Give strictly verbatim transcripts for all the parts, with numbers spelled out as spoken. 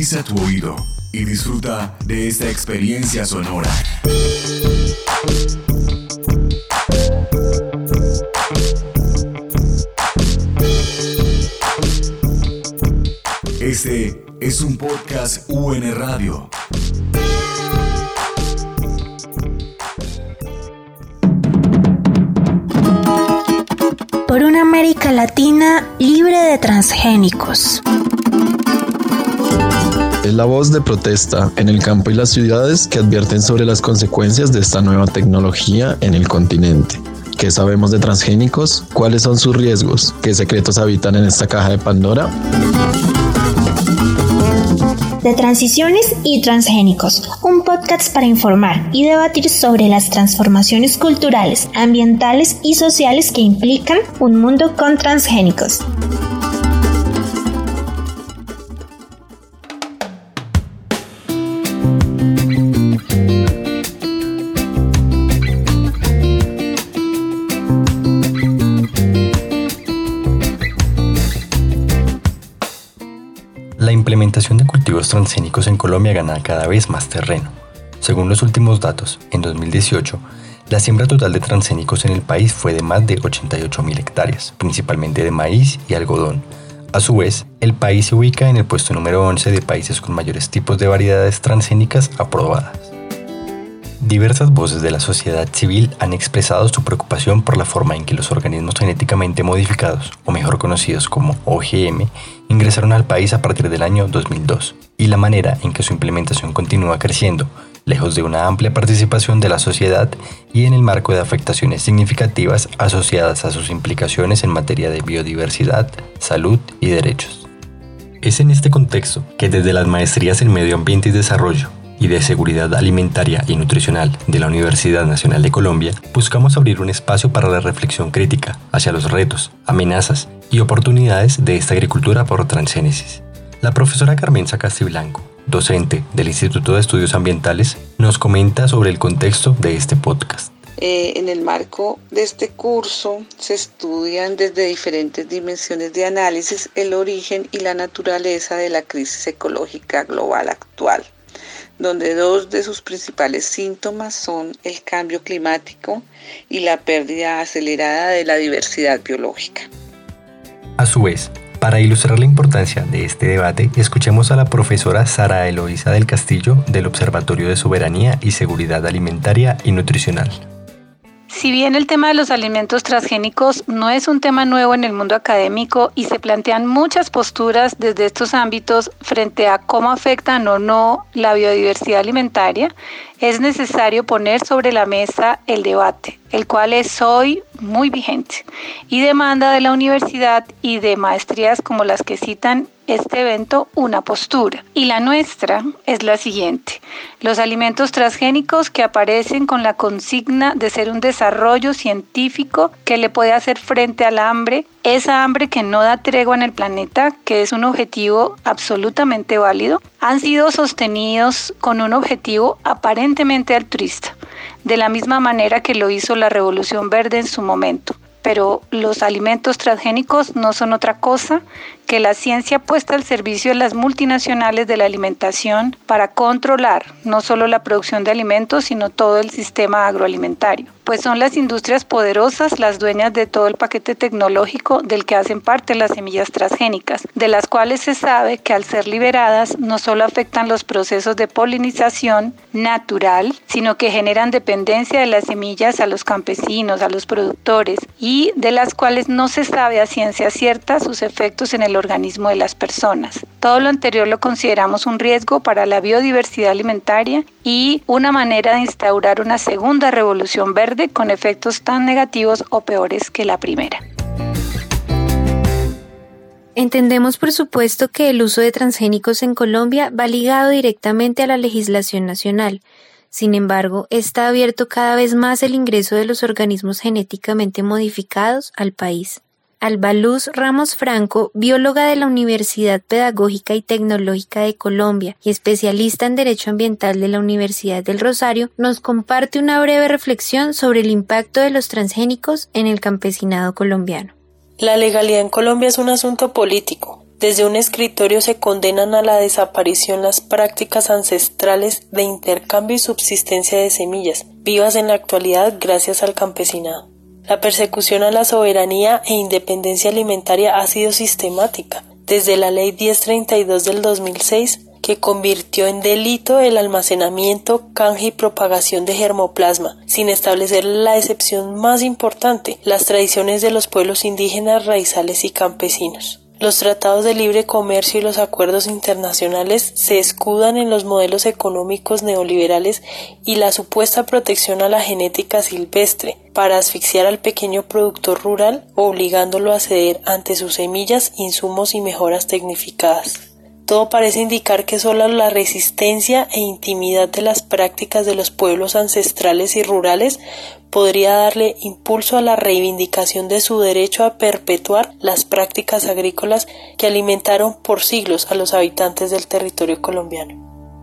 Agudiza tu oído y disfruta de esta experiencia sonora. Este es un podcast U N Radio. Por una América Latina libre de transgénicos. Es la voz de protesta en el campo y las ciudades que advierten sobre las consecuencias de esta nueva tecnología en el continente. ¿Qué sabemos de transgénicos? ¿Cuáles son sus riesgos? ¿Qué secretos habitan en esta caja de Pandora? De Transiciones y Transgénicos, un podcast para informar y debatir sobre las transformaciones culturales, ambientales y sociales que implican un mundo con transgénicos. La implementación de cultivos transgénicos en Colombia gana cada vez más terreno. Según los últimos datos, en dos mil dieciocho, la siembra total de transgénicos en el país fue de más de ochenta y ocho mil hectáreas, principalmente de maíz y algodón. A su vez, el país se ubica en el puesto número once de países con mayores tipos de variedades transgénicas aprobadas. Diversas voces de la sociedad civil han expresado su preocupación por la forma en que los organismos genéticamente modificados, o mejor conocidos como O G M, ingresaron al país a partir del año dos mil dos, y la manera en que su implementación continúa creciendo, lejos de una amplia participación de la sociedad y en el marco de afectaciones significativas asociadas a sus implicaciones en materia de biodiversidad, salud y derechos. Es en este contexto que desde las maestrías en Medio Ambiente y Desarrollo y de Seguridad Alimentaria y Nutricional de la Universidad Nacional de Colombia, buscamos abrir un espacio para la reflexión crítica hacia los retos, amenazas y oportunidades de esta agricultura por transgénesis. La profesora Carmen Sacastiblanco, docente del Instituto de Estudios Ambientales, nos comenta sobre el contexto de este podcast. Eh, en el marco de este curso se estudian desde diferentes dimensiones de análisis el origen y la naturaleza de la crisis ecológica global actual, donde dos de sus principales síntomas son el cambio climático y la pérdida acelerada de la diversidad biológica. A su vez, para ilustrar la importancia de este debate, escuchemos a la profesora Sara Eloísa del Castillo del Observatorio de Soberanía y Seguridad Alimentaria y Nutricional. Si bien el tema de los alimentos transgénicos no es un tema nuevo en el mundo académico y se plantean muchas posturas desde estos ámbitos frente a cómo afectan o no la biodiversidad alimentaria, es necesario poner sobre la mesa el debate, el cual es hoy muy vigente y demanda de la universidad y de maestrías como las que citan este evento una postura. Y la nuestra es la siguiente: los alimentos transgénicos que aparecen con la consigna de ser un desarrollo científico que le puede hacer frente al hambre, esa hambre que no da tregua en el planeta, que es un objetivo absolutamente válido, han sido sostenidos con un objetivo aparentemente altruista, de la misma manera que lo hizo la Revolución Verde en su momento. Pero los alimentos transgénicos no son otra cosa que la ciencia puesta al servicio de las multinacionales de la alimentación para controlar no solo la producción de alimentos, sino todo el sistema agroalimentario. Pues son las industrias poderosas las dueñas de todo el paquete tecnológico del que hacen parte las semillas transgénicas, de las cuales se sabe que al ser liberadas no solo afectan los procesos de polinización natural, sino que generan dependencia de las semillas a los campesinos, a los productores, y de las cuales no se sabe a ciencia cierta sus efectos en el organismo de las personas. Todo lo anterior lo consideramos un riesgo para la biodiversidad alimentaria y una manera de instaurar una segunda revolución verde con efectos tan negativos o peores que la primera. Entendemos, por supuesto, que el uso de transgénicos en Colombia va ligado directamente a la legislación nacional. Sin embargo, está abierto cada vez más el ingreso de los organismos genéticamente modificados al país. Alba Luz Ramos Franco, bióloga de la Universidad Pedagógica y Tecnológica de Colombia y especialista en Derecho Ambiental de la Universidad del Rosario, nos comparte una breve reflexión sobre el impacto de los transgénicos en el campesinado colombiano. La legalidad en Colombia es un asunto político. Desde un escritorio se condenan a la desaparición las prácticas ancestrales de intercambio y subsistencia de semillas, vivas en la actualidad gracias al campesinado. La persecución a la soberanía e independencia alimentaria ha sido sistemática, desde la Ley diez treinta y dos del dos mil seis, que convirtió en delito el almacenamiento, canje y propagación de germoplasma, sin establecer la excepción más importante, las tradiciones de los pueblos indígenas, raizales y campesinos. Los tratados de libre comercio y los acuerdos internacionales se escudan en los modelos económicos neoliberales y la supuesta protección a la genética silvestre para asfixiar al pequeño productor rural, obligándolo a ceder ante sus semillas, insumos y mejoras tecnificadas. Todo parece indicar que solo la resistencia e intimidad de las prácticas de los pueblos ancestrales y rurales podría darle impulso a la reivindicación de su derecho a perpetuar las prácticas agrícolas que alimentaron por siglos a los habitantes del territorio colombiano.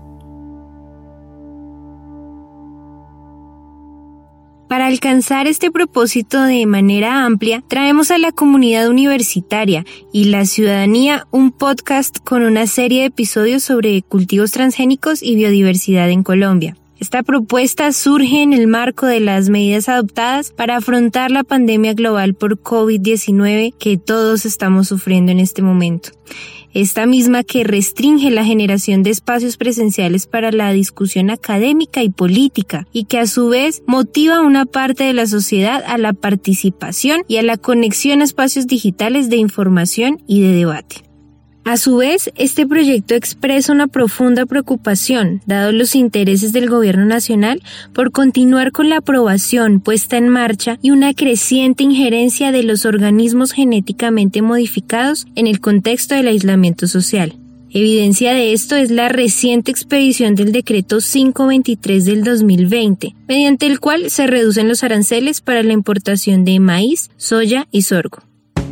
Para alcanzar este propósito de manera amplia, traemos a la comunidad universitaria y la ciudadanía un podcast con una serie de episodios sobre cultivos transgénicos y biodiversidad en Colombia. Esta propuesta surge en el marco de las medidas adoptadas para afrontar la pandemia global por covid diecinueve que todos estamos sufriendo en este momento. Esta misma que restringe la generación de espacios presenciales para la discusión académica y política y que a su vez motiva a una parte de la sociedad a la participación y a la conexión a espacios digitales de información y de debate. A su vez, este proyecto expresa una profunda preocupación, dados los intereses del gobierno nacional, por continuar con la aprobación, puesta en marcha y una creciente injerencia de los organismos genéticamente modificados en el contexto del aislamiento social. Evidencia de esto es la reciente expedición del decreto quinientos veintitrés del dos mil veinte, mediante el cual se reducen los aranceles para la importación de maíz, soya y sorgo.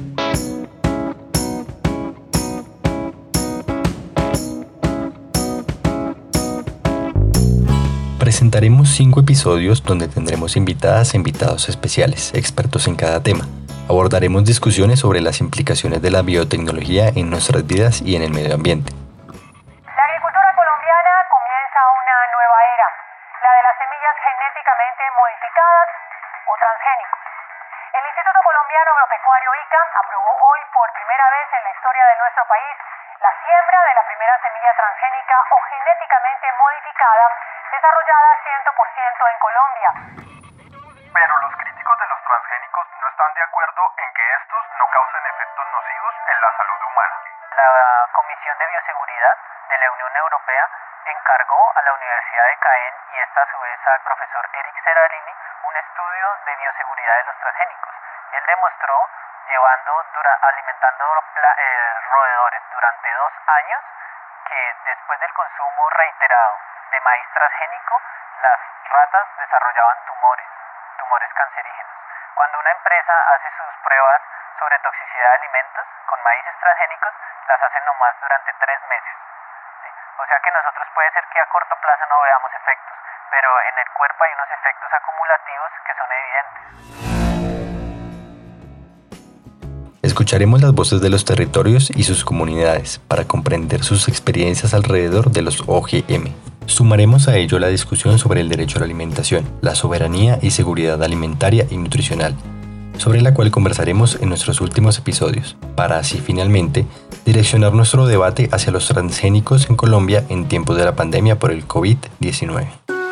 Presentaremos cinco episodios donde tendremos invitadas e invitados especiales, expertos en cada tema. Abordaremos discusiones sobre las implicaciones de la biotecnología en nuestras vidas y en el medio ambiente. La agricultura colombiana comienza una nueva era, la de las semillas genéticamente modificadas o transgénicos. El Instituto Colombiano Agropecuario I C A aprobó hoy por primera vez en la historia de nuestro país la siembra de la primera semilla transgénica o genéticamente modificada desarrollada cien por ciento en Colombia. Pero los críticos de los transgénicos no están de acuerdo en que estos no causen efectos nocivos en la salud humana. La Comisión de Bioseguridad de la Unión Europea encargó a la Universidad de Caen y esta a su vez al profesor Eric Seralini un estudio de bioseguridad de los transgénicos. Él demostró, llevando, dura, alimentando pla, eh, roedores durante dos años, que después del consumo reiterado de maíz transgénico, las ratas desarrollaban tumores, tumores cancerígenos. Cuando una empresa hace sus pruebas sobre toxicidad de alimentos con maíces transgénicos, las hacen nomás durante tres meses. ¿Sí? O sea que nosotros puede ser que a corto plazo no veamos efectos, pero en el cuerpo hay unos efectos acumulativos que son evidentes. Escucharemos las voces de los territorios y sus comunidades para comprender sus experiencias alrededor de los O G M. Sumaremos a ello la discusión sobre el derecho a la alimentación, la soberanía y seguridad alimentaria y nutricional, sobre la cual conversaremos en nuestros últimos episodios, para así finalmente direccionar nuestro debate hacia los transgénicos en Colombia en tiempos de la pandemia por el covid diecinueve.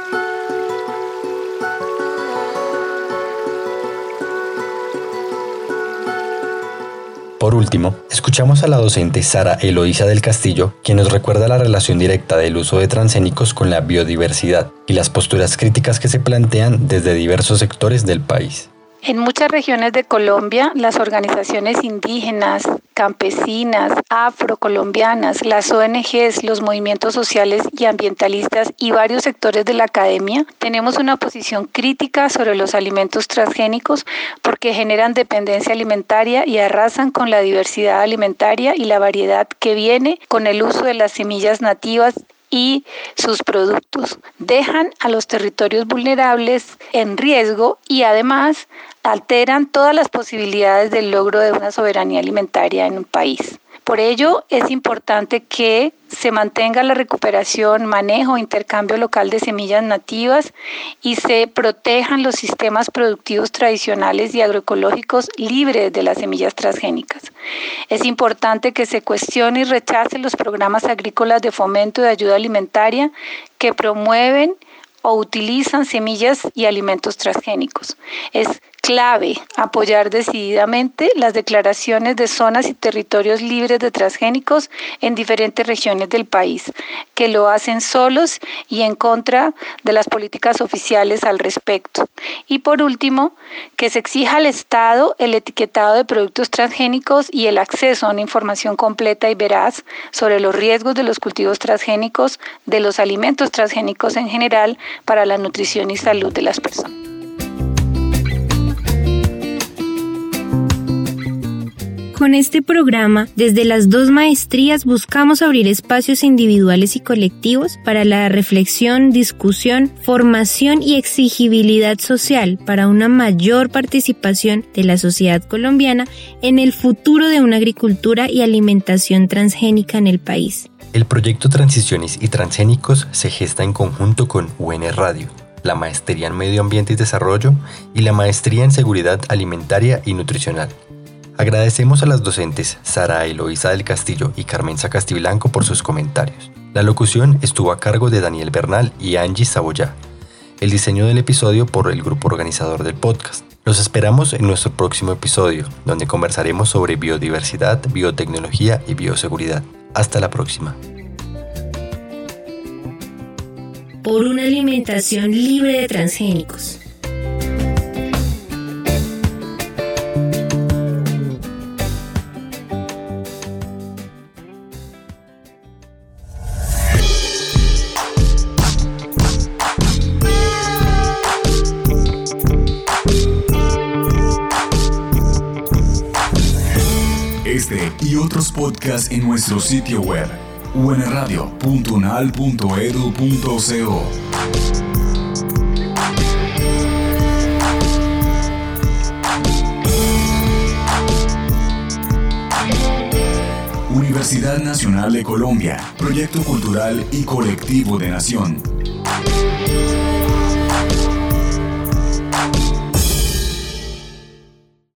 Por último, escuchamos a la docente Sara Eloísa del Castillo, quien nos recuerda la relación directa del uso de transgénicos con la biodiversidad y las posturas críticas que se plantean desde diversos sectores del país. En muchas regiones de Colombia, las organizaciones indígenas, campesinas, afrocolombianas, las O N Ges, los movimientos sociales y ambientalistas y varios sectores de la academia tenemos una posición crítica sobre los alimentos transgénicos porque generan dependencia alimentaria y arrasan con la diversidad alimentaria y la variedad que viene con el uso de las semillas nativas y sus productos. Dejan a los territorios vulnerables en riesgo y además alteran todas las posibilidades del logro de una soberanía alimentaria en un país. Por ello, es importante que se mantenga la recuperación, manejo, intercambio local de semillas nativas y se protejan los sistemas productivos tradicionales y agroecológicos libres de las semillas transgénicas. Es importante que se cuestione y rechace los programas agrícolas de fomento y de ayuda alimentaria que promueven o utilizan semillas y alimentos transgénicos. Es clave apoyar decididamente las declaraciones de zonas y territorios libres de transgénicos en diferentes regiones del país, que lo hacen solos y en contra de las políticas oficiales al respecto. Y por último, que se exija al Estado el etiquetado de productos transgénicos y el acceso a una información completa y veraz sobre los riesgos de los cultivos transgénicos, de los alimentos transgénicos en general, para la nutrición y salud de las personas. Con este programa, desde las dos maestrías buscamos abrir espacios individuales y colectivos para la reflexión, discusión, formación y exigibilidad social para una mayor participación de la sociedad colombiana en el futuro de una agricultura y alimentación transgénica en el país. El proyecto Transiciones y Transgénicos se gesta en conjunto con U N Radio, la Maestría en Medio Ambiente y Desarrollo y la Maestría en Seguridad Alimentaria y Nutricional. Agradecemos a las docentes Sara Eloísa del Castillo y Carmen Sacastiblanco por sus comentarios. La locución estuvo a cargo de Daniel Bernal y Angie Saboyá. El diseño del episodio por el grupo organizador del podcast. Los esperamos en nuestro próximo episodio, donde conversaremos sobre biodiversidad, biotecnología y bioseguridad. Hasta la próxima. Por una alimentación libre de transgénicos. Este y otros podcasts en nuestro sitio web u n radio punto unal punto e d u punto co. Universidad Nacional de Colombia, proyecto cultural y colectivo de nación.